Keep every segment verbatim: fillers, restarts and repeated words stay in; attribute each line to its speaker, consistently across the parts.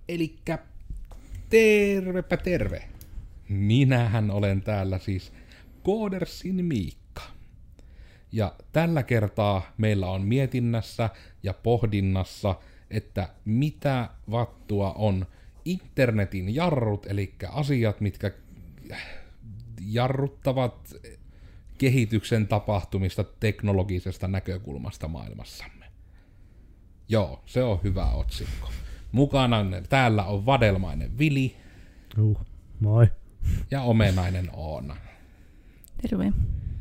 Speaker 1: Elikkä tervepä terve. Minähän olen täällä siis Codersin Miikka. Ja tällä kertaa meillä on mietinnässä ja pohdinnassa, että mitä vattua on internetin jarrut, eli asiat, mitkä jarruttavat kehityksen tapahtumista teknologisesta näkökulmasta maailmassamme. Joo, se on hyvä otsikko. Mukana täällä on vadelmainen Vili.
Speaker 2: Uh, moi.
Speaker 1: Ja omenainen Oona.
Speaker 3: Terve.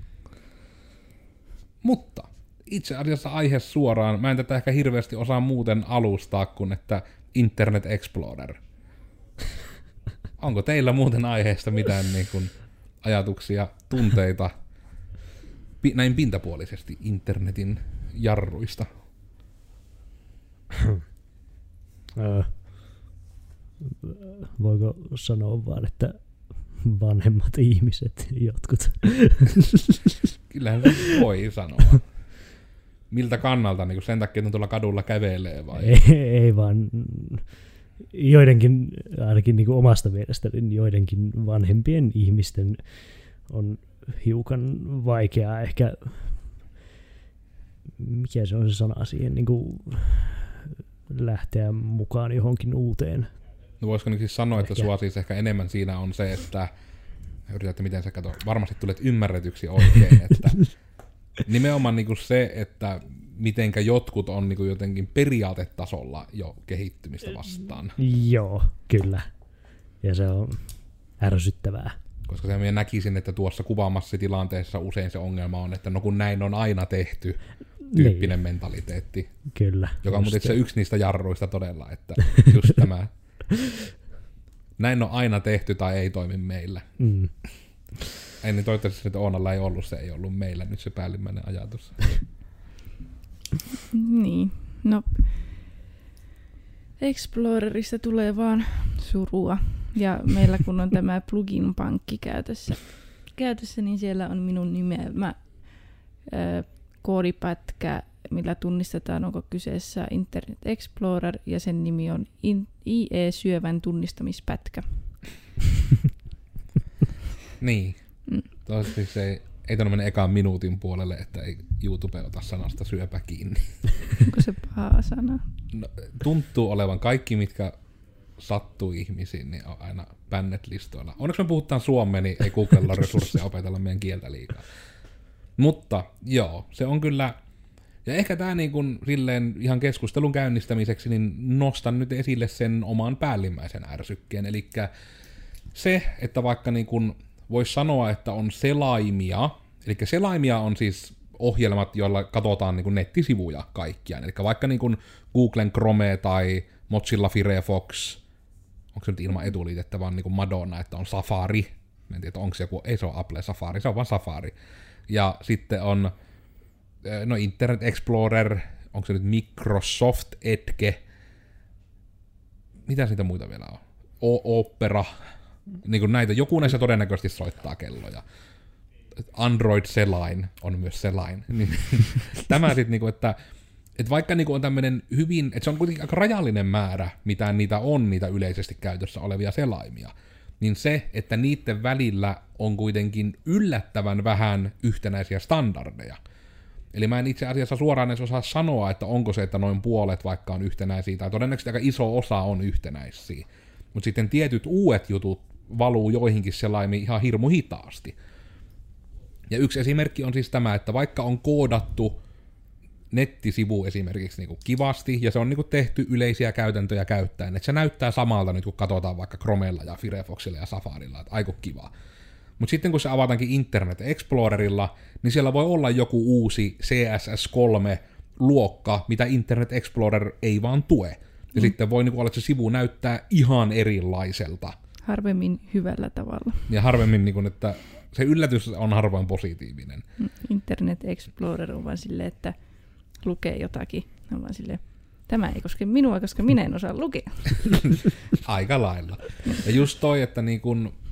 Speaker 1: Mutta itse asiassa aihe suoraan, mä en tätä ehkä hirveästi osaa muuten alustaa kuin että Internet Explorer. Onko teillä muuten aiheesta mitään niin kuin ajatuksia, tunteita pi- näin pintapuolisesti internetin jarruista?
Speaker 2: Öö, voiko sanoa vaan, että vanhemmat ihmiset jotkut?
Speaker 1: Kyllähän se voi sanoa. Miltä kannalta, niin sen takia, että tuolla kadulla kävelee vai?
Speaker 2: Ei, ei vaan joidenkin, ainakin niin kuin omasta mielestäni, niin joidenkin vanhempien ihmisten on hiukan vaikeaa ehkä, mikä se on se sana siihen, niin kuin lähteä mukaan johonkin uuteen.
Speaker 1: No voisiko nyt siis sanoa,
Speaker 2: Ehkä.
Speaker 1: että sua siis ehkä enemmän siinä on se, että yritätte miten sä kato, varmasti tulet ymmärretyksi oikein, että nimenomaan niinku se, että mitenkä jotkut on niinku jotenkin periaatetasolla jo kehittymistä vastaan.
Speaker 2: Joo, kyllä. Ja se on ärsyttävää.
Speaker 1: Koska se minä näkisin, että tuossa kuvaamassa tilanteessa usein se ongelma on, että no kun näin on aina tehty, tyyppinen niin mentaliteetti.
Speaker 2: Kyllä.
Speaker 1: Joka on muuten se yksi niistä jarruista todella, että just tämä näin on aina tehty tai ei toimi meillä.
Speaker 2: Mm.
Speaker 1: Ei niin toivottavasti, että Oonalla ei ollut, se ei ollut meillä nyt se päällimmäinen ajatus.
Speaker 3: Niin, no Explorerista tulee vaan surua. Ja meillä kun on tämä plugin-pankki käytössä, käytössä niin siellä on minun nimeämä ö, koodipätkä, millä tunnistetaan, onko kyseessä Internet Explorer, ja sen nimi on I E-syövän tunnistamispätkä.
Speaker 1: Niin.
Speaker 3: Mm.
Speaker 1: Toivottavasti se ei, ei tuonne mene ekaan minuutin puolelle, että ei YouTube ota sanasta syöpä kiinni.
Speaker 3: Onko se paha sana?
Speaker 1: No, tuntuu olevan kaikki, mitkä sattuu ihmisiin, niin on aina banned-listoilla. Onneksi me puhutaan suomea, niin ei Googlella resursseja opetella meidän kieltä liikaa. Mutta joo, se on kyllä. Ja ehkä tämä niin kun, silleen ihan keskustelun käynnistämiseksi, niin nostan nyt esille sen oman päällimmäisen ärsykkeen. Eli se, että vaikka niin kun voisi sanoa, että on selaimia, eli selaimia on siis ohjelmat, joilla katsotaan niin kun nettisivuja kaikkiaan. Eli vaikka niin kun Googlen Chrome tai Mozilla Firefox, onko se nyt ilman etuliitettä, vaan niin kuin Madonna, että on Safari. En tiedä, onko se joku, ei se ole Apple Safari, se on vaan Safari. Ja sitten on no Internet Explorer, onko se nyt Microsoft Edge, mitä siitä muita vielä on? O- Opera, niin kuin näitä, joku näissä todennäköisesti soittaa kelloja. Android Selain on myös Selain. Tämä sitten, niinku, että, että vaikka niinku on tämmöinen hyvin, että se on kuitenkin aika rajallinen määrä, mitä niitä on, niitä yleisesti käytössä olevia selaimia, niin se, että niiden välillä on kuitenkin yllättävän vähän yhtenäisiä standardeja. Eli mä en itse asiassa suoraan edes osaa sanoa, että onko se, että noin puolet vaikka on yhtenäisiä, tai todennäköisesti aika iso osa on yhtenäisiä. Mutta sitten tietyt uudet jutut valuu joihinkin selaimiin ihan hirmu hitaasti. Ja yksi esimerkki on siis tämä, että vaikka on koodattu nettisivu esimerkiksi niinku kivasti, ja se on niinku tehty yleisiä käytäntöjä käyttäen, että se näyttää samalta nyt, kun katsotaan vaikka Chromella ja Firefoxilla ja Safarilla, että aiku kiva. Mutta sitten kun se avataankin Internet Explorerilla, niin siellä voi olla joku uusi C S S kolme luokka, mitä Internet Explorer ei vaan tue. Ja mm. sitten voi niinku olla, että se sivu näyttää ihan erilaiselta.
Speaker 3: Harvemmin hyvällä tavalla.
Speaker 1: Ja harvemmin, niinku, että se yllätys on harvoin positiivinen.
Speaker 3: Internet Explorer on vaan silleen, että lukee jotakin. On vaan silleen, tämä ei koske minua, koska minä en osaa lukea.
Speaker 1: Aika lailla. Ja just toi, että niin kun,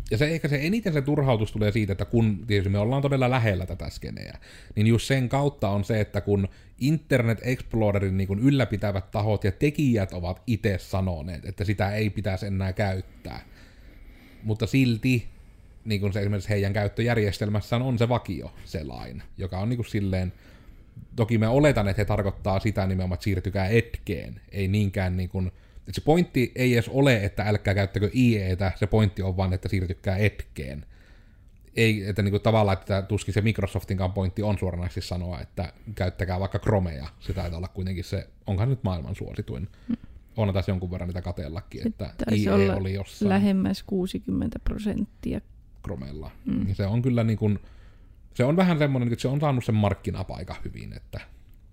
Speaker 1: Ja se ehkä se eniten se turhautus tulee siitä, että kun tietysti me ollaan todella lähellä tätä skeneä, niin just sen kautta on se, että kun Internet Explorerin niin kun ylläpitävät tahot ja tekijät ovat itse sanoneet, että sitä ei pitäisi enää käyttää, mutta silti niin kun se esimerkiksi heidän käyttöjärjestelmässään on se vakio selain, joka on niin kun silleen, toki me oletan, että he tarkoittaa sitä nimenomaan, että siirtykää Edgeen, ei niinkään niin kuin, että se pointti ei edes ole, että älkää käyttäkö I E:tä, se pointti on vaan, että siirtykää Edgeen. Ei, että niin kuin tavallaan, että tuskin se Microsoftinkaan pointti on suoranaisesti sanoa, että käyttäkää vaikka Chromea, se taitaa olla kuitenkin se, onhan nyt maailman suosituin. Mm. On tässä jonkun verran niitä kateellakin, että I E oli jossain
Speaker 3: lähemmäs kuusikymmentä prosenttia
Speaker 1: Chromella. Mm. Ja se on kyllä niin kuin, se on vähän semmoinen, että se on saanut sen markkinapaikan hyvin, että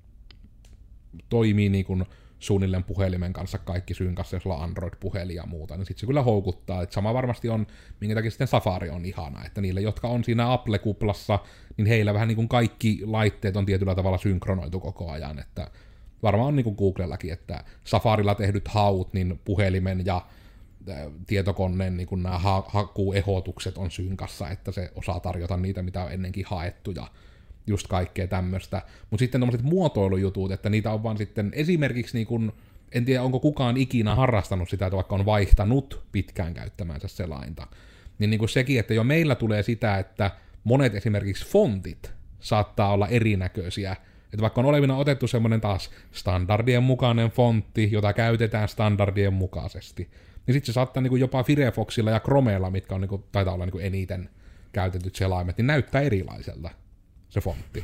Speaker 1: toimii niin kuin suunnilleen puhelimen kanssa kaikki synkassa, jos on Android-puhelin ja muuta, niin sitten se kyllä houkuttaa. Että sama varmasti on, minkä takia sitten Safari on ihana, että niille, jotka on siinä Apple-kuplassa, niin heillä vähän niin kuin kaikki laitteet on tietyllä tavalla synkronoitu koko ajan, että varmaan on niin kuin Googlellakin, että Safarilla tehdyt haut, niin puhelimen ja tietokoneen niin kun nämä ha- hakuehotukset on synkassa, että se osaa tarjota niitä, mitä on ennenkin haettu ja just kaikkea tämmöistä. Mutta sitten tommoset muotoilujutut, että niitä on vaan sitten esimerkiksi, niin kun, en tiedä onko kukaan ikinä harrastanut sitä, että vaikka on vaihtanut pitkään käyttämäänsä selainta, niin, niin kuin sekin, että jo meillä tulee sitä, että monet esimerkiksi fontit saattaa olla erinäköisiä, että vaikka on olevina otettu semmoinen taas standardien mukainen fontti, jota käytetään standardien mukaisesti, niin sitten se saattaa niinku jopa Firefoxilla ja Chromeella, mitkä on niinku, taitaa olla niinku eniten käytetyt selaimet, niin näyttää erilaiselta se fontti.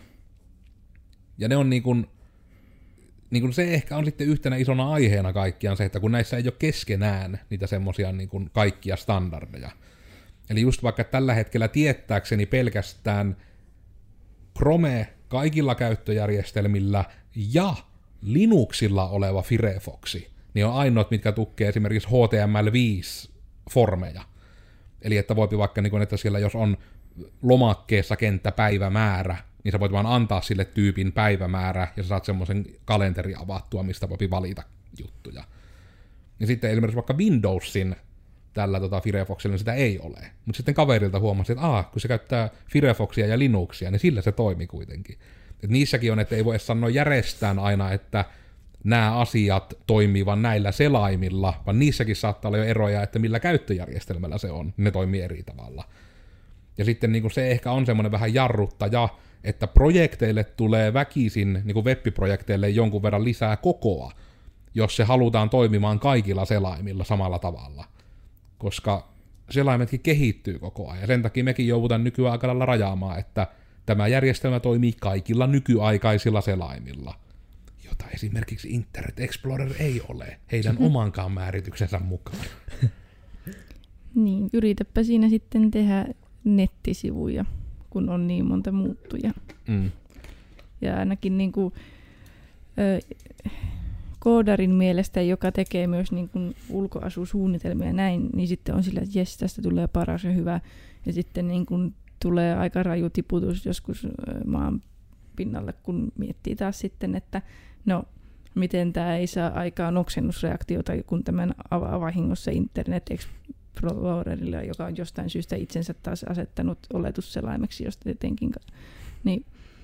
Speaker 1: Ja ne on niinku, niinku se ehkä on sitten yhtenä isona aiheena kaikkiaan se, että kun näissä ei ole keskenään niitä semmosia niinku kaikkia standardeja. Eli just vaikka tällä hetkellä tietääkseni pelkästään Chrome kaikilla käyttöjärjestelmillä ja Linuxilla oleva Firefoxi, niin on ainoat, mitkä tukee esimerkiksi H T M L viisi formeja. Eli että voipi vaikka, niin kun, että siellä jos on lomakkeessa kenttäpäivämäärä, niin sä voit vaan antaa sille tyypin päivämäärä, ja sä saat semmoisen kalenteri avattua, mistä voipi valita juttuja. Ja sitten esimerkiksi vaikka Windowsin tällä tota, Firefoxilla, niin sitä ei ole. Mutta sitten kaverilta huomasi, että aah, kun se käyttää Firefoxia ja Linuxia, niin sillä se toimi kuitenkin. Et niissäkin on, että ei voi sanoa järjestään aina, että nämä asiat toimii vaan näillä selaimilla, vaan niissäkin saattaa olla jo eroja, että millä käyttöjärjestelmällä se on, ne toimii eri tavalla. Ja sitten niin kuin se ehkä on semmoinen vähän jarruttaja, että projekteille tulee väkisin, niin kuin web-projekteille jonkun verran lisää kokoa, jos se halutaan toimimaan kaikilla selaimilla samalla tavalla. Koska selaimetkin kehittyy koko ajan, ja sen takia mekin joudutaan nykyään aika lailla rajaamaan, että tämä järjestelmä toimii kaikilla nykyaikaisilla selaimilla, jota esimerkiksi Internet Explorer ei ole, heidän omankaan määrityksensä mukaan.
Speaker 3: Niin, yritäpä siinä sitten tehdä nettisivuja, kun on niin monta muuttuja. Mm. Ja ainakin niin kuin, ö, koodarin mielestä, joka tekee myös niin kuin ulkoasusuunnitelmia ja näin, niin sitten on sillä, että jes, tästä tulee paras ja hyvä. Ja sitten niin kuin tulee aika raju tiputus joskus maan pinnalle, kun miettii taas sitten, että no, miten tämä ei saa aikaan oksennusreaktiota, kun tämän avaa vahingossa Internet Explorerilla, joka on jostain syystä itsensä taas asettanut oletusselaimeksi, josta tietenkin. Niin,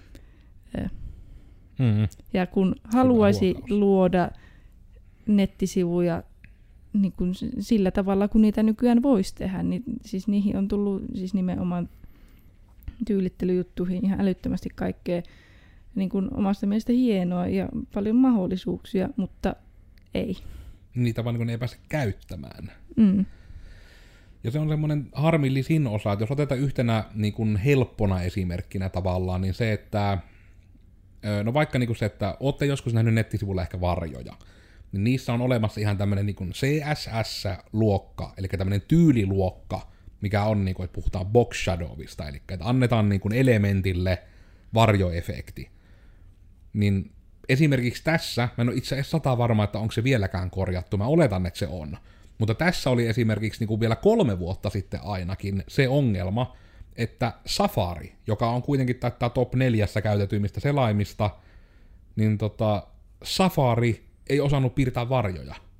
Speaker 3: mm-hmm. Ja kun haluaisi luoda nettisivuja niin kun sillä tavalla, kun niitä nykyään voisi tehdä, niin siis niihin on tullut siis nimenomaan tyylittelyjuttuihin ihan älyttömästi kaikkea niin kuin omasta mielestä hienoa ja paljon mahdollisuuksia, mutta ei.
Speaker 1: Niitä vaan niin ei pääse käyttämään.
Speaker 3: Mm.
Speaker 1: Ja se on semmoinen harmillisin osa, että jos otetaan yhtenä niin kuin helppona esimerkkinä tavallaan, niin se, että no vaikka niin kuin se, että olette joskus nähnyt nettisivulla ehkä varjoja, niin niissä on olemassa ihan tämmöinen niin kuin C S S-luokka, eli tämmöinen tyyliluokka, mikä on, niin kuin, että puhutaan box shadowista, eli että annetaan niin kuin elementille varjoefekti. Niin esimerkiksi tässä, mä en ole itse asiassa sata varma, että onko se vieläkään korjattu, mä oletan, että se on. Mutta tässä oli esimerkiksi niin kuin vielä kolme vuotta sitten ainakin se ongelma, että Safari, joka on kuitenkin taitaa top neljässä käytetyimmistä selaimista, niin tota, Safari ei osannut piirtää varjoja.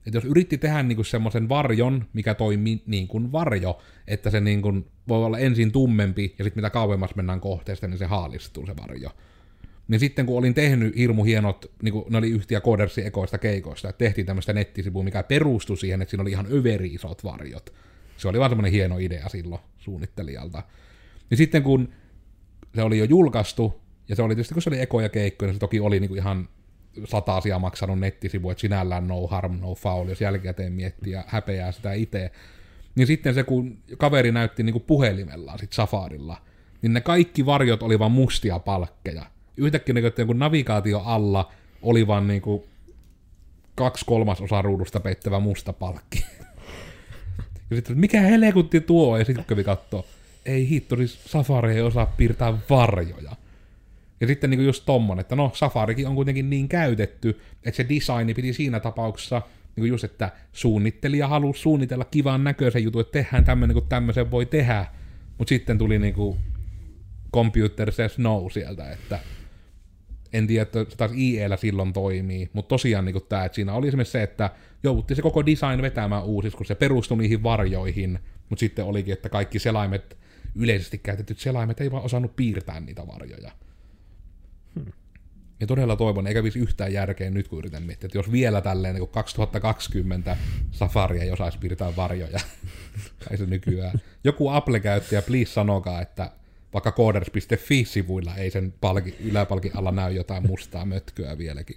Speaker 1: Että jos yritti tehdä niinku semmoisen varjon, mikä toimii niin kuin varjo, että se niinku voi olla ensin tummempi, ja sitten mitä kauemmas mennään kohteesta, niin se haalistuu se varjo. Niin sitten kun olin tehnyt hirmu hienot, niinku, ne oli yhtiä Codersin ekoista keikoista, että tehtiin tämmöistä nettisivua, mikä perustui siihen, että siinä oli ihan överi isot varjot. Se oli vaan semmoinen hieno idea silloin suunnittelijalta. Niin sitten kun se oli jo julkaistu, ja se oli tietysti, kun se oli ekoja keikkoja, niin se toki oli niinku ihan sata asiaa maksanut nettisivu, että sinällään no harm, no foul, jos jälkikäteen miettii ja häpeää sitä itse. Niin sitten se, kun kaveri näytti niinku puhelimellaan sit Safarilla, niin ne kaikki varjot oli vaan mustia palkkeja. Yhtäkkiä niin kun navigaatio alla oli vaan niinku kaksi kolmasosaa ruudusta peittävä musta palkki. Ja sitten, mikä helekutti tuo? Ja sitten kävi kattoo, ei hitto, siis Safari ei osaa piirtää varjoja. Ja sitten niin just tommonen, että no Safarikin on kuitenkin niin käytetty, että se designi piti siinä tapauksessa, niin just, että suunnittelija halusi suunnitella kivan näköisen jutun, että tehdään tämmöinen, kun tämmöisen voi tehdä, mutta sitten tuli niinku computer says no sieltä, että en tiedä, että se taas I E:llä silloin toimii, mutta tosiaan niin tämä, että siinä oli esimerkiksi se, että jouduttiin se koko design vetämään uusiksi, kun se perustui niihin varjoihin, mutta sitten olikin, että kaikki selaimet, yleisesti käytetyt selaimet ei vaan osannut piirtää niitä varjoja. Hmm. Ja todella toivon, eikä kävisi yhtään järkeä nyt, kun yritän miettiä, että jos vielä tälleen niin kaksituhattakaksikymmentä Safari ei osaisi piirtää varjoja, tai se nykyään. Joku Apple-käyttäjä, please sanokaa, että vaikka coders piste fi-sivuilla ei sen palki, yläpalkin alla näy jotain mustaa mötköä vieläkin.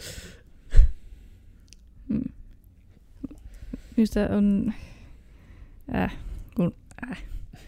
Speaker 3: Hmm. Minusta on... Äh, kun... Äh.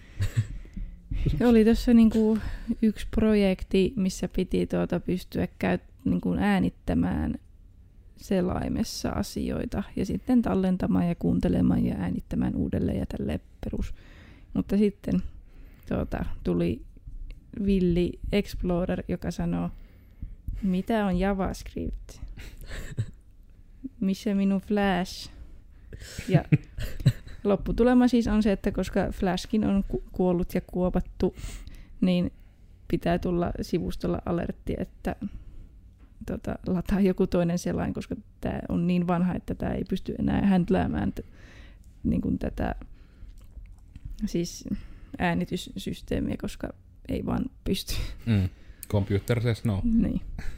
Speaker 3: Oli tuossa niinku yksi projekti, missä piti tuota pystyä käyt, niinku äänittämään selaimessa asioita ja sitten tallentamaan ja kuuntelemaan ja äänittämään uudelleen ja tälleen perus. Mutta sitten tuota, tuli Villi Explorer, joka sanoo, mitä on JavaScript? Missä minun Flash? Ja lopputulema siis on se, että koska Flashkin on ku- kuollut ja kuopattu, niin pitää tulla sivustolla alertti, että tota, lataa joku toinen selain, koska tämä on niin vanha, että tämä ei pysty enää händläämään t- niin kuin tätä siis äänityssysteemiä, koska ei vaan pysty.
Speaker 1: Mm. Computer says no.
Speaker 3: Niin.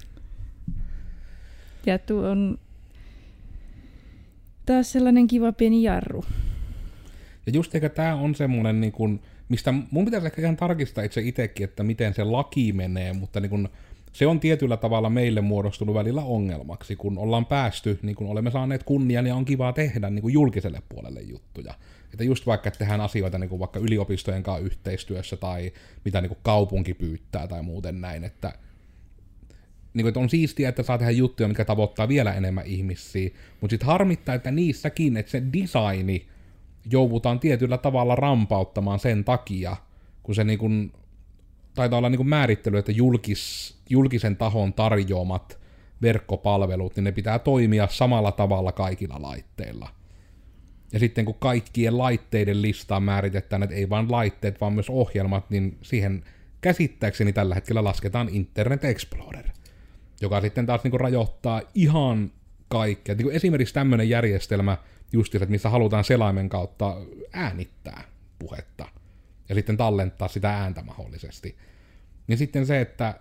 Speaker 3: Ja tuo on taas sellainen kiva pieni jarru.
Speaker 1: Ja just eikä tää on semmonen, niin kun, mistä mun pitäisi ehkä ihan tarkistaa itse itsekin, että miten se laki menee, mutta niin kun, se on tietyllä tavalla meille muodostunut välillä ongelmaksi, kun ollaan päästy, niin kun olemme saaneet kunnian ja on kivaa tehdä niin kun julkiselle puolelle juttuja. Että just vaikka että tehdään asioita niin kun vaikka yliopistojen kanssa yhteistyössä tai mitä niin kun kaupunki pyytää tai muuten näin, että, niin kun, että on siistiä, että saa tehdä juttuja, mikä tavoittaa vielä enemmän ihmisiä, mutta sitten harmittaa, että niissäkin, että se designi joudutaan tietyllä tavalla rampauttamaan sen takia, kun se niin kun, taitaa olla niin kun määrittely, että julkis, julkisen tahon tarjoamat verkkopalvelut, niin ne pitää toimia samalla tavalla kaikilla laitteilla. Ja sitten kun kaikkien laitteiden listaan määritetään, että ei vain laitteet, vaan myös ohjelmat, niin siihen käsittääkseni tällä hetkellä lasketaan Internet Explorer, joka sitten taas niin kun rajoittaa ihan kaikkea. Niin esimerkiksi tämmöinen järjestelmä, just että missä halutaan selaimen kautta äänittää puhetta ja sitten tallentaa sitä ääntä mahdollisesti. Niin sitten se, että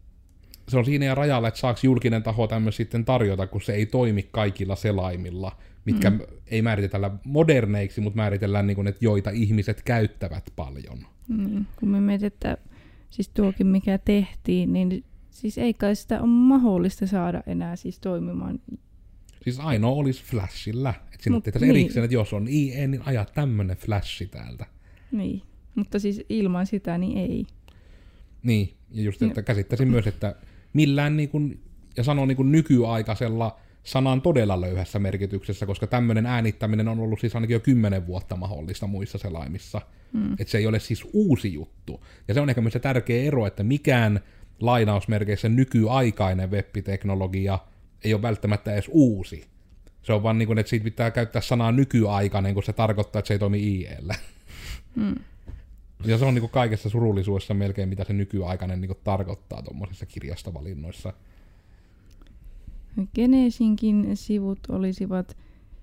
Speaker 1: se on siinä ja rajalla, että saako julkinen taho tämmöistä sitten tarjota, kun se ei toimi kaikilla selaimilla, mitkä mm. ei määritellä moderneiksi, mutta määritellään niin kuin, että joita ihmiset käyttävät paljon.
Speaker 3: Mm, kun me mietin, että siis tuokin mikä tehtiin, niin siis ei kai sitä ole mahdollista saada enää siis toimimaan.
Speaker 1: Siis ainoa olisi Flashilla. Että sinne tehtäisiin niin erikseen, että jos on I E, niin ajaa tämmönen Flashi täältä.
Speaker 3: Niin, mutta siis ilman sitä niin ei.
Speaker 1: Niin, ja just, että käsittäisin myös, että millään niin kuin, ja sanon niin kuin nykyaikaisella sanan todella löyhässä merkityksessä, koska tämmöinen äänittäminen on ollut siis ainakin jo kymmenen vuotta mahdollista muissa selaimissa. Mm. Että se ei ole siis uusi juttu. Ja se on ehkä myös se tärkeä ero, että mikään lainausmerkeissä nykyaikainen web-teknologia ei ole välttämättä edes uusi. Se on vaan niin kuin, että siitä pitää käyttää sanaa nykyaikainen, kun se tarkoittaa, että se ei toimi I E:llä. Mm. Ja se on niin kuin kaikessa surullisuudessa melkein, mitä se nykyaikainen niin kuin tarkoittaa tuommoisissa kirjastovalinnoissa.
Speaker 3: Genesinkin sivut olisivat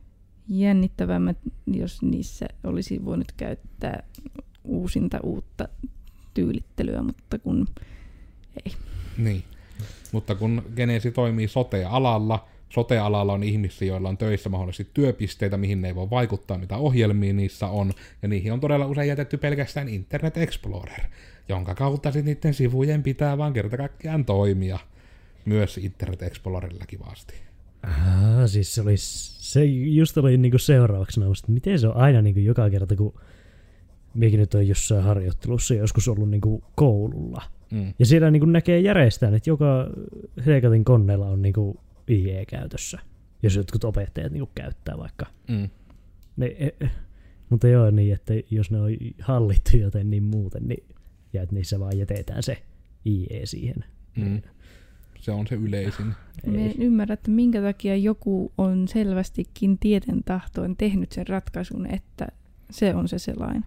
Speaker 3: jännittävämmät, jos niissä olisi voinut käyttää uusinta uutta tyylittelyä, mutta kun ei.
Speaker 1: Niin, mutta kun Genesi toimii sote-alalla, sote-alalla on ihmisiä, joilla on töissä mahdollisesti työpisteitä, mihin ne ei voi vaikuttaa, mitä ohjelmia niissä on, ja niihin on todella usein jätetty pelkästään Internet Explorer, jonka kautta sitten niiden sivujen pitää vaan kerta kaikkiaan toimia, myös Internet Exploreilla kivasti.
Speaker 2: Ah, siis se, oli, se just oli niinku seuraavaksi nausta, että miten se on aina niinku joka kerta, kun minäkin nyt on jossain harjoittelussa joskus ollut niinku koululla. Mm. Ja siellä niinku näkee järjestään, että joka Heikatin koneella on niinku I E käytössä, jos jotkut opettajat niinku käyttää vaikka. Mm. Ne, e, mutta joo niin, että jos ne on hallittu joten niin muuten, niin, ja että niissä vaan jätetään se I E siihen.
Speaker 1: Mm. Se on se yleisin.
Speaker 3: Me en ymmärrä, että minkä takia joku on selvästikin tieten tahtoen tehnyt sen ratkaisun, että se on se selain.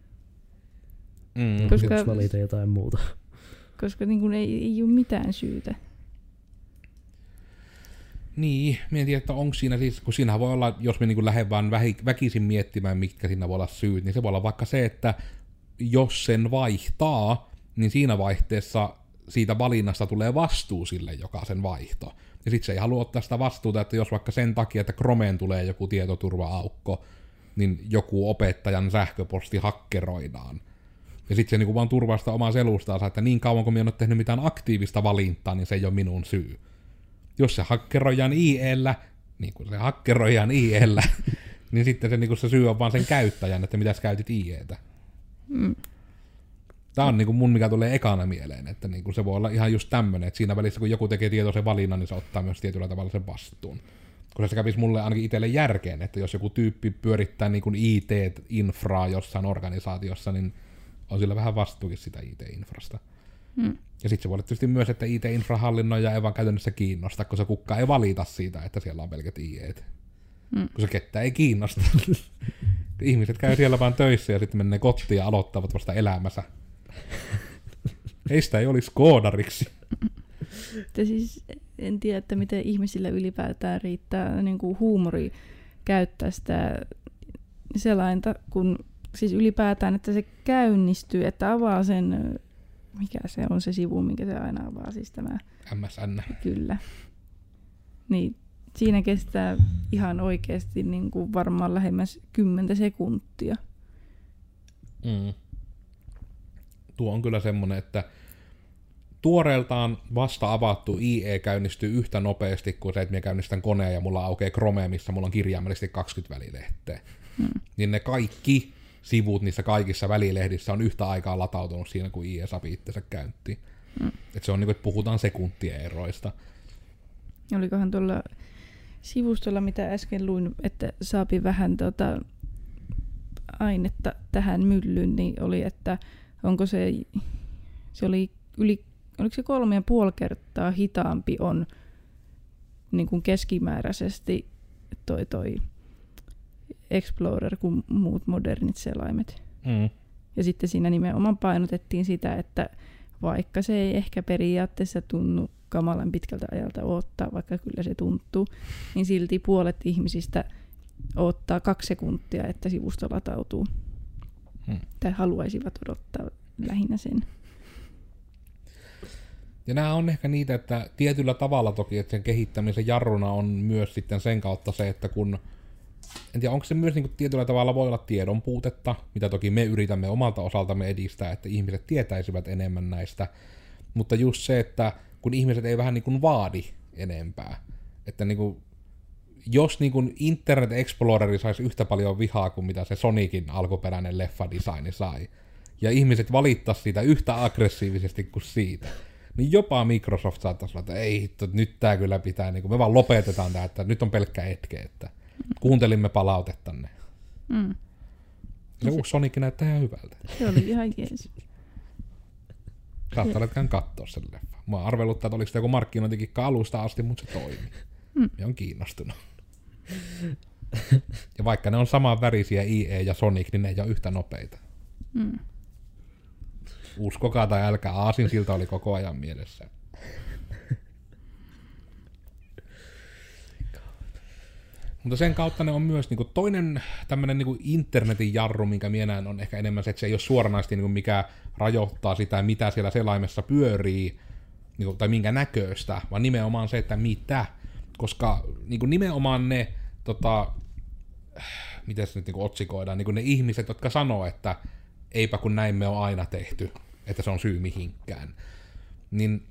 Speaker 2: Mm. Koska jos valita jotain muuta.
Speaker 3: Koska niin kuin ei, ei ole mitään syytä.
Speaker 1: Niin, mietin, että onko siinä siis, kun siinä voi olla, jos me niin lähden vaan väkisin miettimään, mitkä siinä voi olla syyt, niin se voi olla vaikka se, että jos sen vaihtaa, niin siinä vaihteessa siitä valinnasta tulee vastuu sille, joka sen vaihto. Ja sitten se ei halua ottaa sitä vastuuta, että jos vaikka sen takia, että Chromeen tulee joku tietoturva-aukko, niin joku opettajan sähköposti hakkeroidaan. Ja sitten se niinku vaan turvaa sitä omaa selustaansa, että niin kauan kun minä en ole tehnyt mitään aktiivista valintaa, niin se ei ole minun syy. Jos se hakkeroidaan I E:llä, niin kuin se hakkeroidaan I E:llä, niin sitten se, niinku se syy on vaan sen käyttäjän, että mitäs käytit I E:tä. Mm. Tämä on niinku mun, mikä tulee ekana mieleen, että niinku se voi olla ihan just tämmöinen, että siinä välissä kun joku tekee tietoisen valinnan, niin se ottaa myös tietyllä tavalla sen vastuun. Koska se kävisi mulle ainakin itselle järkeen, että jos joku tyyppi pyörittää niinku I T-infraa jossain organisaatiossa, niin on sillä vähän vastuukin sitä I T-infrasta. Hmm. Ja sitten se voi olla tietysti myös, että I T-infrahallinnoija ei vaan käytännössä kiinnosta, koska kukaan ei valita siitä, että siellä on pelkät I E:t. Hmm. Kun se kettä ei kiinnosta. Ihmiset käy siellä vaan töissä ja sitten menee kotiin ja aloittavat vasta elämänsä. Heistä ei olisi koodariksi.
Speaker 3: Että siis en tiedä, että miten ihmisillä ylipäätään riittää niin kuin huumori käyttää sitä selainta, kun siis ylipäätään, että se käynnistyy, että avaa sen, mikä se on se sivu, minkä se aina avaa, siis tämä
Speaker 1: M S N.
Speaker 3: Kyllä. Niin siinä kestää ihan oikeasti niin kuin varmaan lähemmäs kymmentä sekuntia.
Speaker 1: Mm. Tuo on kyllä semmoinen, että tuoreeltaan vasta avattu I E käynnistyy yhtä nopeasti kuin se, että minä käynnistän koneen ja mulla aukeaa Chrome, missä mulla on kirjaimellisesti kaksikymmentä välilehteä. Hmm. Niin ne kaikki sivut niissä kaikissa välilehdissä on yhtä aikaa latautunut siinä, kun I E sapi itsensä käyntiin. Hmm. Että se on niin kuin, että puhutaan sekuntien eroista.
Speaker 3: Olikohan tuolla sivustolla, mitä äsken luin, että saapi vähän tota ainetta tähän myllyyn, niin oli, että onko se, se oli yli, oliko se kolme ja puoli kertaa hitaampi on niin kuin keskimääräisesti toi, toi Explorer kuin muut modernit selaimet. Mm. Ja sitten siinä nimenomaan painotettiin sitä, että vaikka se ei ehkä periaatteessa tunnu kamalan pitkältä ajalta odottaa, vaikka kyllä se tuntuu, niin silti puolet ihmisistä odottaa kaksi sekuntia, että sivusto latautuu. Hmm. Tai haluaisivat odottaa lähinnä sen.
Speaker 1: Ja nämä on ehkä niitä, että tietyllä tavalla toki, että sen kehittämisen jarruna on myös sitten sen kautta se, että kun, en tiedä, onko se myös niin kuin tietyllä tavalla voi olla tiedon puutetta, mitä toki me yritämme omalta osaltamme edistää, että ihmiset tietäisivät enemmän näistä, mutta just se, että kun ihmiset ei vähän niin kuin vaadi enempää, että niin kuin, jos niin kuin Internet Exploreri saisi yhtä paljon vihaa kuin mitä se Sonicin alkuperäinen leffadesigni sai, ja ihmiset valittaisi siitä yhtä aggressiivisesti kuin siitä, niin jopa Microsoft saattaisi olla, että ei hitto, nyt tää kyllä pitää, niin kuin me vaan lopetetaan tää, että nyt on pelkkä hetke, että kuuntelimme palautettanne. Mm. Se, se uusi Sonic näyttää ihan hyvältä.
Speaker 3: Se oli ihan jees.
Speaker 1: Saattaa oletkaan katsoa sen leffa. Mä oon arvellut, että oliko se joku markkinointikikka alusta asti, mutta se toimi. Mm. Ja on kiinnostunut. Ja vaikka ne on saman värisiä I E ja Sonic, niin ne ei ole yhtä nopeita. Mm. Uskokaa tai älkää, aasinsilta oli koko ajan mielessä. Mutta sen kautta ne on myös niinku toinen tämmöinen niinku internetin jarru, minkä minä näen, on ehkä enemmän se, että se ei ole suoranaisesti niinku mikä rajoittaa sitä, mitä siellä selaimessa pyörii, niinku, tai minkä näköistä, vaan nimenomaan se, että mitä. Koska niinku nimenomaan ne, tota, miten se nyt niinku otsikoidaan, niinku ne ihmiset, jotka sanoo, että eipä kun näin me on aina tehty, että se on syy mihinkään, niin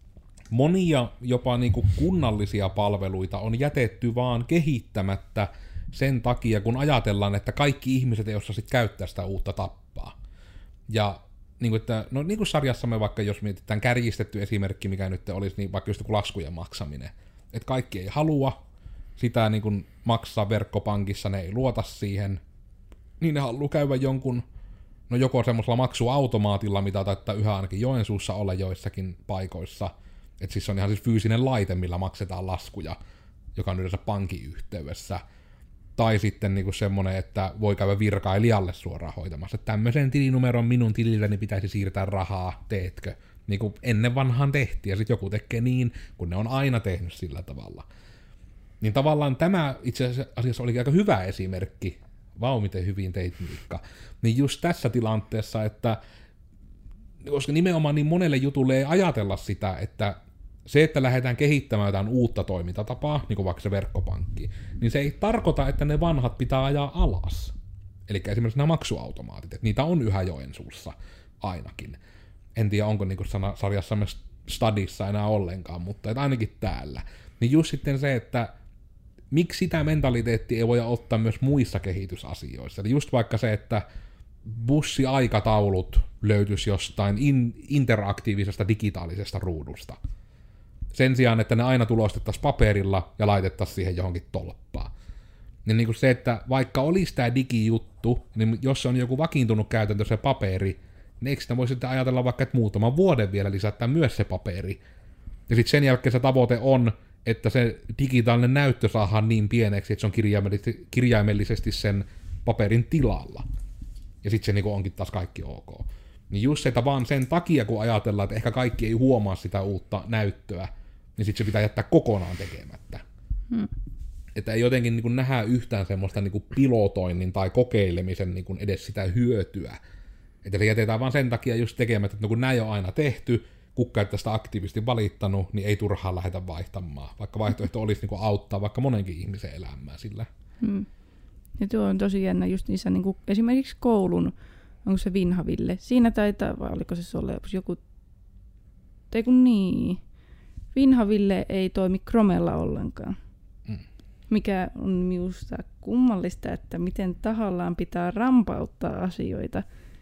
Speaker 1: monia jopa niin kuin kunnallisia palveluita on jätetty vaan kehittämättä sen takia, kun ajatellaan, että kaikki ihmiset ei osaa sit käyttää sitä uutta tappaa. Ja niin kuin, että, no, niin kuin sarjassamme vaikka, jos mietitään kärjistetty esimerkki, mikä nyt olisi, niin vaikka just laskujen maksaminen. Että kaikki ei halua sitä niin kuin maksaa verkkopankissa, ne ei luota siihen, niin ne haluaa käydä jonkun, no joko semmoisella maksuautomaatilla, mitä taitaa yhä ainakin Joensuussa olla joissakin paikoissa. Että siis se on ihan siis fyysinen laite, millä maksetaan laskuja, joka on yleensä pankin yhteydessä. Tai sitten niinku semmoinen, että voi käydä virkailijalle suoraan hoitamassa. Että tämmöisen tilinumeron minun tililleni pitäisi siirtää rahaa, teetkö? Niin kuin ennen vanhaan tehtiin, ja sitten joku tekee niin, kun ne on aina tehnyt sillä tavalla. Niin tavallaan tämä itse asiassa olikin aika hyvä esimerkki. Vau, miten hyvin teit, Miikka. Niin just tässä tilanteessa, että koska nimenomaan niin monelle jutulle ei ajatella sitä, että se, että lähdetään kehittämään jotain uutta toimintatapaa, niin kuin vaikka se verkkopankki, niin se ei tarkoita, että ne vanhat pitää ajaa alas. Eli esimerkiksi nämä maksuautomaatit, että niitä on yhä Joensuussa ainakin. En tiedä, onko niin sarjassamme stadissa enää ollenkaan, mutta että ainakin täällä. Niin just sitten se, että miksi sitä mentaliteettia ei voida ottaa myös muissa kehitysasioissa. Eli just vaikka se, että bussiaikataulut löytyisi jostain in- interaktiivisesta digitaalisesta ruudusta. Sen sijaan, että ne aina tulostettaisiin paperilla ja laitettaisiin siihen johonkin tolppaan. Niin, niin kuin se, että vaikka olisi tämä digijuttu, niin jos se on joku vakiintunut käytäntö se paperi, niin eikö sitä voi sitten ajatella vaikka, että muutaman vuoden vielä lisätään myös se paperi. Ja sitten sen jälkeen se tavoite on, että se digitaalinen näyttö saadaan niin pieneksi, että se on kirjaimellisesti, kirjaimellisesti sen paperin tilalla. Ja sitten se niin onkin taas kaikki ok. Niin just se, että vaan sen takia, kun ajatellaan, että ehkä kaikki ei huomaa sitä uutta näyttöä, niin sitten se pitää jättää kokonaan tekemättä. Hmm. Että ei jotenkin niin kuin nähdä yhtään semmoista niin kuin pilotoinnin tai kokeilemisen niin kuin edes sitä hyötyä. Että se jätetään vaan sen takia just tekemättä, että no kun näin on aina tehty, kukka ei tästä aktiivisesti valittanut, niin ei turhaan lähdetä vaihtamaan. Vaikka vaihtoehto olisi niin kuin auttaa vaikka monenkin ihmisen elämää sillä.
Speaker 3: Hmm. Ja tuo on tosi jännä just niissä niin kuin esimerkiksi koulun, onko se Vinhaville? Siinä taitaa, vai oliko se Soleopus joku, tai kun niin. Vinhaville ei toimi Chromella ollenkaan. Mm. Mikä on minusta kummallista, että miten tahallaan pitää rampauttaa asioita,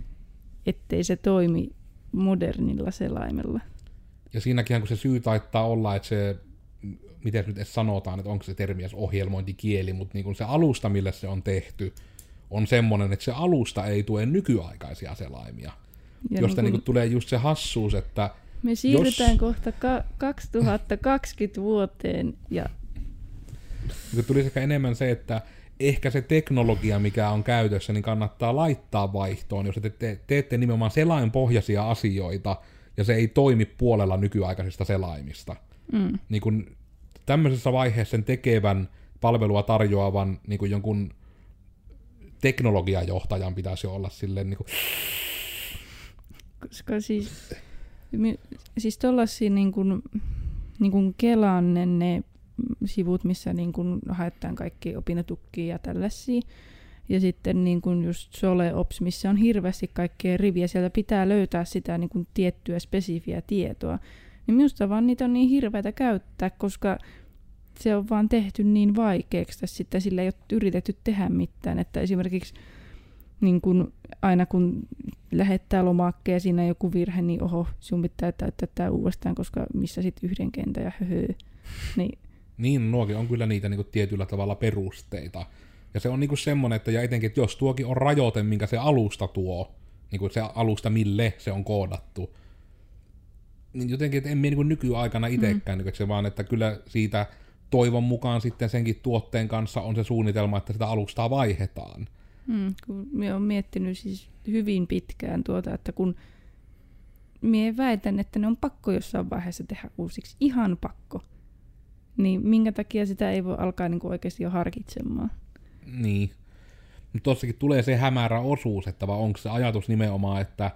Speaker 3: ettei se toimi modernilla selaimella.
Speaker 1: Ja siinäkin kun se syy taittaa olla, että se, miten nyt edes sanotaan, että onko se termi edes ohjelmointikieli, mutta niin kuin se alusta, millä se on tehty, on semmoinen, että se alusta ei tue nykyaikaisia selaimia. Ja josta niin kun, niin tulee just se hassuus, että
Speaker 3: me siirrytään jos kohta ka- kaksituhattakaksikymmentä vuoteen. Ja
Speaker 1: tuli sekä enemmän se, että ehkä se teknologia, mikä on käytössä, niin kannattaa laittaa vaihtoon, jos te te- teette nimenomaan selainpohjaisia asioita, ja se ei toimi puolella nykyaikaisista selaimista. Mm. Niin kun tämmöisessä vaiheessa sen tekevän, palvelua tarjoavan niin kun jonkun teknologiajohtajan pitäisi olla silleen niin kuin
Speaker 3: koska siis siis tollaisia niin kuin, niin kuin Kelan ne, ne sivut, missä niin kuin haetaan kaikki opintotukkia ja tällaisia. Ja sitten niin kuin just SoleOps, missä on hirveästi kaikkea riviä, sieltä pitää löytää sitä niin kuin tiettyä spesifiä tietoa. Niin minusta vaan niitä on niin hirveätä käyttää, koska se on vaan tehty niin vaikeaksi, että sitten sillä ei ole yritetty tehdä mitään. Että esimerkiksi niin kun aina kun lähettää lomakkeen ja siinä on joku virhe, niin oho, sun pitää täyttää tämä uudestaan, koska missä sitten yhden kentän ja höhö. Niin,
Speaker 1: niin nuokin on kyllä niitä niin kuin tietyllä tavalla perusteita. Ja se on niin kuin semmoinen, että ja etenkin, että jos tuokin on rajoite, minkä se alusta tuo, niin kuin se alusta, mille se on koodattu, niin jotenkin, että en minä niin nykyaikana itsekään, mm. että se vaan, että kyllä siitä toivon mukaan sitten senkin tuotteen kanssa on se suunnitelma, että sitä alustaa vaihdetaan.
Speaker 3: Mm, kun minä olen miettinyt siis hyvin pitkään tuota, että kun minä väitän, että ne on pakko jossain vaiheessa tehdä uusiksi, ihan pakko. Niin minkä takia sitä ei voi alkaa niinku oikeasti jo harkitsemaan?
Speaker 1: Niin. Mutta tossakin tulee se hämärä osuus, että vaan onko se ajatus nimenomaan, että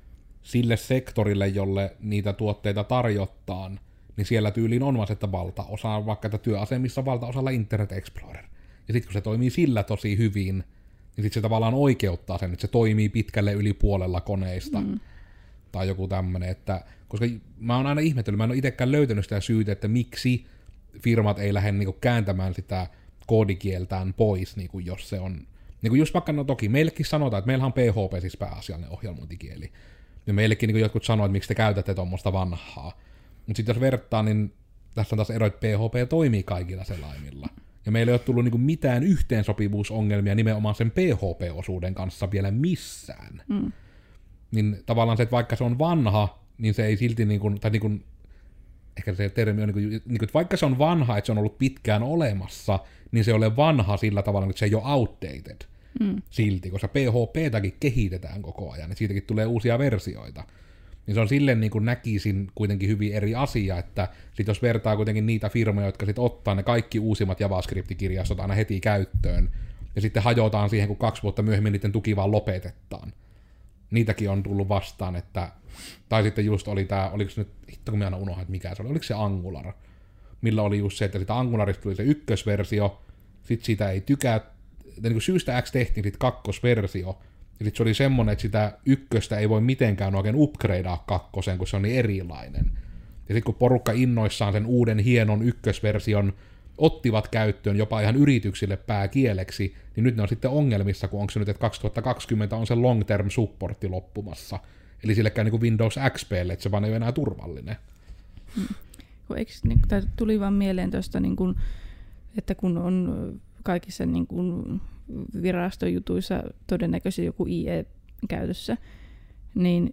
Speaker 1: sille sektorille, jolle niitä tuotteita tarjottaan, niin siellä tyyliin on vaan, että valtaosa, vaikka että työasemissa valtaosalla Internet Explorer. Ja sitten kun se toimii sillä tosi hyvin, niin sitten se tavallaan oikeuttaa sen, että se toimii pitkälle yli puolella koneista. Mm. Tai joku tämmönen, että koska mä oon aina ihmetellyt, mä en ole itsekään löytänyt sitä syytä, että miksi firmat ei lähde niinku kääntämään sitä koodikieltään pois, niinku jos se on, niinku just vaikka, no toki meillekin sanotaan, että meillähän on P H P siis pääasiallinen ohjelmointikieli, ja meillekin niinku jotkut sanoo, että miksi te käytätte tuommoista vanhaa, mutta sitten jos vertaa, niin tässä on taas ero, että P H P toimii kaikilla selaimilla, ja meillä ei ole tullut niinku mitään yhteensopivuusongelmia nimenomaan sen P H P-osuuden kanssa vielä missään. Mm. Niin tavallaan se, että vaikka se on vanha, niin se ei silti, niin kuin, tai niin kuin, ehkä se termi on, niin kuin, niin kuin, että vaikka se on vanha, että se on ollut pitkään olemassa, niin se ei ole vanha sillä tavalla, että se ei ole outdated mm. silti, koska P H P:täkin kehitetään koko ajan, niin siitäkin tulee uusia versioita. Niin se on silleen niin kuin näkisin kuitenkin hyvin eri asia, että sit jos vertaa kuitenkin niitä firmoja, jotka sit ottaa ne kaikki uusimmat JavaScript-kirjastot aina heti käyttöön, ja sitten hajotaan siihen, kun kaksi vuotta myöhemmin niiden tuki vaan lopetetaan. Niitäkin on tullut vastaan, että, tai sitten just oli tää, oliko se nyt, hitto kun mä aina unohan, että mikä se oli, oliko se Angular, millä oli just se, että sitä Angularista tuli se ykkösversio, sit sitä ei tykää, niin kuin syystä X tehtiin sit kakkosversio, ja sit se oli semmonen, että sitä ykköstä ei voi mitenkään oikein upgradea kakkoseen, kun se on niin erilainen. Ja sit kun porukka innoissaan sen uuden hienon ykkösversion ottivat käyttöön jopa ihan yrityksille pääkieleksi, niin nyt ne on sitten ongelmissa, kun onko se nyt, että kaksituhattakaksikymmentä on se long term supportti loppumassa. Eli sillekään niin kuin Windows X P:lle, että se vaan ei ole enää turvallinen.
Speaker 3: Hmm. Eikö, niin, tuli vaan mieleen tuosta, niin kuin, että kun on kaikissa niin kuin virastojutuissa todennäköisesti joku I E käytössä, niin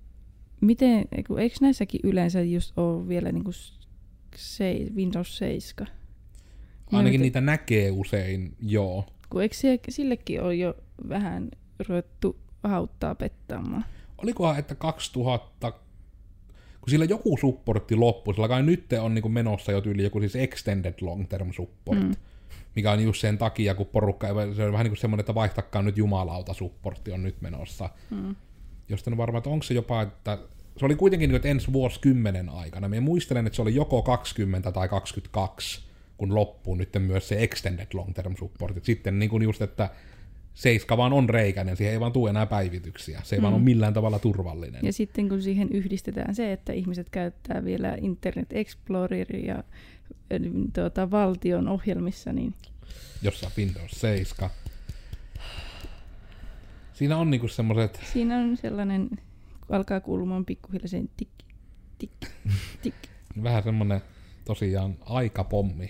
Speaker 3: miten, eikö näissäkin yleensä just ole vielä niin kuin se, Windows seitsemän?
Speaker 1: Ainakin no, niitä näkee usein, joo.
Speaker 3: Kun eikö se, sillekin ole jo vähän ruvettu hauttaa pettaamaan?
Speaker 1: Olikohan, että kaksituhatta, kun sillä joku supportti loppui, sillä kai nyt on niin kuin menossa jo tyyli joku siis extended long term support, mm. mikä on just sen takia, kun porukka, se on vähän niin kuin semmoinen, että vaihtakaa nyt jumalauta supportti on nyt menossa. Mm. Josta on varmaan, että onko se jopa, että se oli kuitenkin niin, että ensi vuosikymmenen aikana. Minä muistelen, että se oli joko kaksikymmentä tai kaksikymmentäkaksi, kun loppuu nyt myös se extended long term support. Sitten niin kuin just, että seiska vaan on reikäinen, siihen ei vaan tule enää päivityksiä. Se ei mm. vaan ole millään tavalla turvallinen.
Speaker 3: Ja sitten kun siihen yhdistetään se, että ihmiset käyttää vielä Internet Exploreria tuota, valtion ohjelmissa, niin
Speaker 1: jossa Windows seitsemän. Siinä on niinku semmoiset...
Speaker 3: Siinä on sellainen, kun alkaa kuulumaan pikkuhiljaa tikki, tikki, tikki.
Speaker 1: Vähän semmoinen tosiaan aikapommi.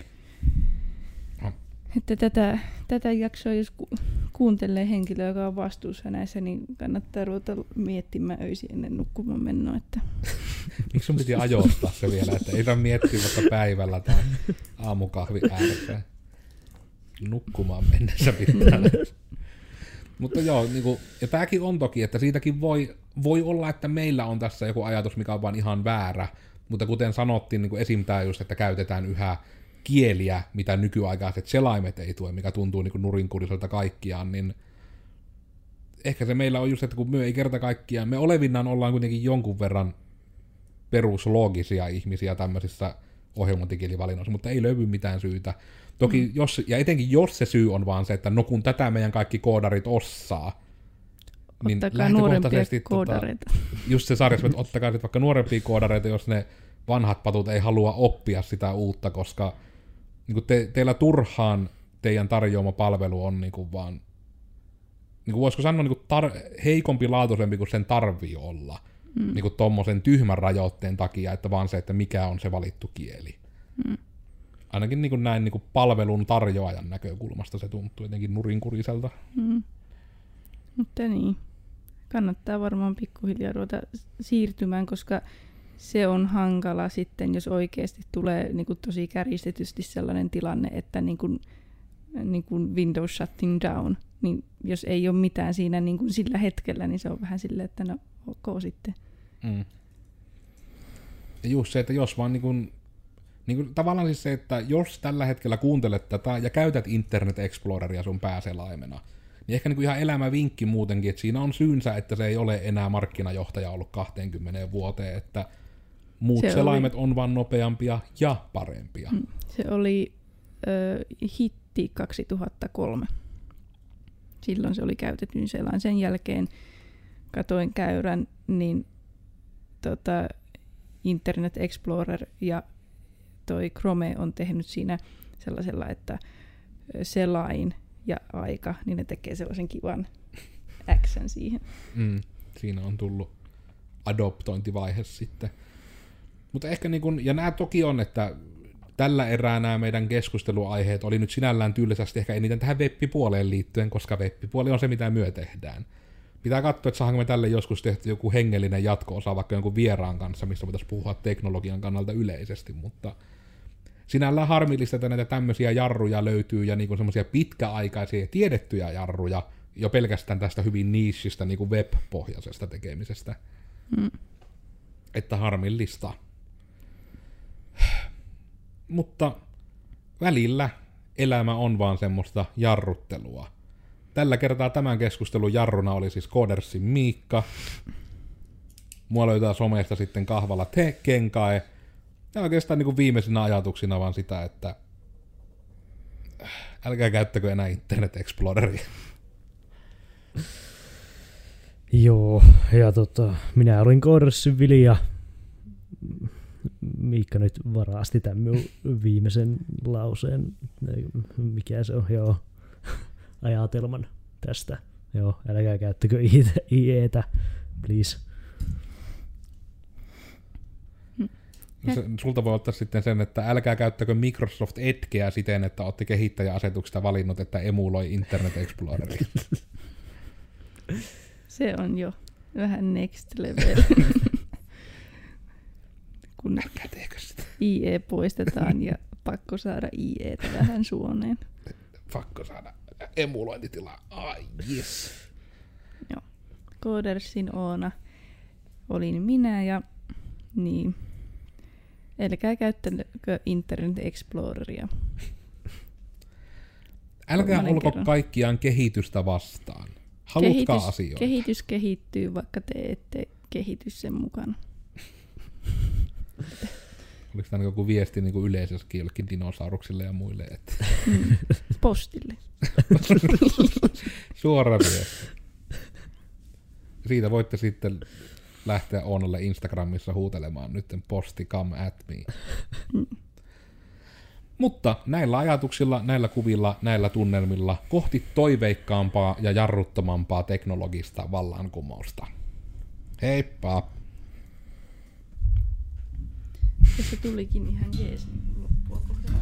Speaker 3: Että tätä, tätä jaksoa, jos ku, kuuntelee henkilöä, joka on vastuussa näissä, niin kannattaa ruveta miettimään öisin ennen nukkumaan menoa. Että...
Speaker 1: Miksi sun piti ajoittaa se vielä, että ei saa miettiä vaikka päivällä tai aamukahvi ääressä. Nukkumaan mennessä pitää. Mutta joo, niinku, ja tääkin on toki, että siitäkin voi, voi olla, että meillä on tässä joku ajatus, mikä on vaan ihan väärä, mutta kuten sanottiin, niin esim. Tää just, että käytetään yhä kieliä, mitä nykyaikaiset selaimet ei tue, mikä tuntuu niin nurinkuriselta kaikkiaan, niin ehkä se meillä on just, että kun me ei kerta kaikkiaan, me olevinaan ollaan kuitenkin jonkun verran perusloogisia ihmisiä tämmöisissä ohjelmointikielivalinnoissa, mutta ei löydy mitään syytä. Toki, mm. jos, ja etenkin jos se syy on vaan se, että no kun tätä meidän kaikki koodarit osaa, niin
Speaker 3: ottakaa nuorempia koodareita.
Speaker 1: Tota, just se sarjassa, että ottakaa sitten vaikka nuorempia koodareita, jos ne vanhat patut ei halua oppia sitä uutta, koska niin te, teillä turhaan teidän tarjoama palvelu on niin kuin vaan, niin kuin voisiko sanoa, niin kuin tar- heikompi laatuisempi kuin sen tarvii olla. Mm. Niin kuin tommosen tyhmän rajoitteen takia, että vaan se, että mikä on se valittu kieli. Mm. Ainakin niin kuin näin niin kuin palvelun tarjoajan näkökulmasta se tuntuu jotenkin nurinkuriselta. Mm.
Speaker 3: Mutta niin, kannattaa varmaan pikkuhiljaa ruveta siirtymään, koska se on hankala sitten, jos oikeasti tulee niin kuin tosi kärjistetysti sellainen tilanne, että niin kuin, niin kuin Windows shutting down, niin jos ei ole mitään siinä niin kuin sillä hetkellä, niin se on vähän silleen, että no ok sitten.
Speaker 1: Mm. Ja just se, että jos vaan niin kuin Niin kuin, tavallaan siis se, että jos tällä hetkellä kuuntelet tätä ja käytät Internet Exploreria sun pääselaimena, niin ehkä niin kuin ihan elämävinkki muutenkin, että siinä on syynsä, että se ei ole enää markkinajohtaja ollut kaksikymmentä vuoteen, että muut se selaimet oli... on vaan nopeampia ja parempia.
Speaker 3: Se oli ö, hitti kaksituhattakolme. Silloin se oli käytetyn selain. Sen jälkeen katoin käyrän, niin tota, Internet Explorer ja toi Chrome on tehnyt siinä sellaisella, että selain ja aika, niin ne tekee sellaisen kivan X:n siihen.
Speaker 1: Mm, siinä on tullut adoptointivaihe sitten. Mutta ehkä niin kun, ja nämä toki on, että tällä erää nämä meidän keskusteluaiheet oli nyt sinällään tylsästi ehkä eniten tähän web-puoleen liittyen, koska web-puoli on se, mitä myö tehdään. Pitää katsoa, että saanko me tälle joskus tehty joku hengellinen jatko-osa vaikka jonkun vieraan kanssa, missä voitaisiin puhua teknologian kannalta yleisesti, mutta sinällään harmillista, että näitä tämmöisiä jarruja löytyy ja niinku semmoisia pitkäaikaisia tiedettyjä jarruja jo pelkästään tästä hyvin niishistä niinku web-pohjaisesta tekemisestä. Mm. Että harmillista. Mutta välillä elämä on vaan semmoista jarruttelua. Tällä kertaa tämän keskustelun jarruna oli siis Codersin Miikka. Mua löytää somesta sitten kahvalla te Kenkae. Ja oikeastaan niin kuin viimeisenä ajatuksina vaan sitä, että älkää käyttäkö enää Internet Exploreria.
Speaker 2: Joo, ja tota, minä olin Codersin Vili ja Miikka nyt varasti tämän minun viimeisen lauseen, mikä se on, joo, ajatelman tästä. Joo, älkää käyttäkö I E:tä, please.
Speaker 1: Se, sulta voi ottaa sitten sen, että älkää käyttäkö Microsoft Edgeä siten, että olette kehittäjäasetuksesta valinnut, että emuloi Internet Exploreria.
Speaker 3: Se on jo vähän next level. Kun I E poistetaan ja pakko saada I E:tä vähän suoneen.
Speaker 1: Pakko saada emulointitilaa. Ai yes.
Speaker 3: Joo. Codersin Oona olin minä ja niin. Älkää käyttäkö Internet Exploreria.
Speaker 1: Älkää olko kerran. Kaikkiaan kehitystä vastaan. Halutkaa
Speaker 3: kehitys,
Speaker 1: asioita.
Speaker 3: Kehitys kehittyy, vaikka te ette kehity sen mukana.
Speaker 1: Oliko tämä joku viesti niin kuin yleisössäkin jollekin dinosauruksille ja muille? Että...
Speaker 3: Mm. Postille.
Speaker 1: Suora viesti. Siitä voitte sitten lähteä Oonalle Instagramissa huutelemaan nyt posti come at me. Mm. Mutta näillä ajatuksilla, näillä kuvilla, näillä tunnelmilla kohti toiveikkaampaa ja jarruttomampaa teknologista vallankumousta. Heippa!
Speaker 3: Ja se tulikin ihan jees niin loppua kohden.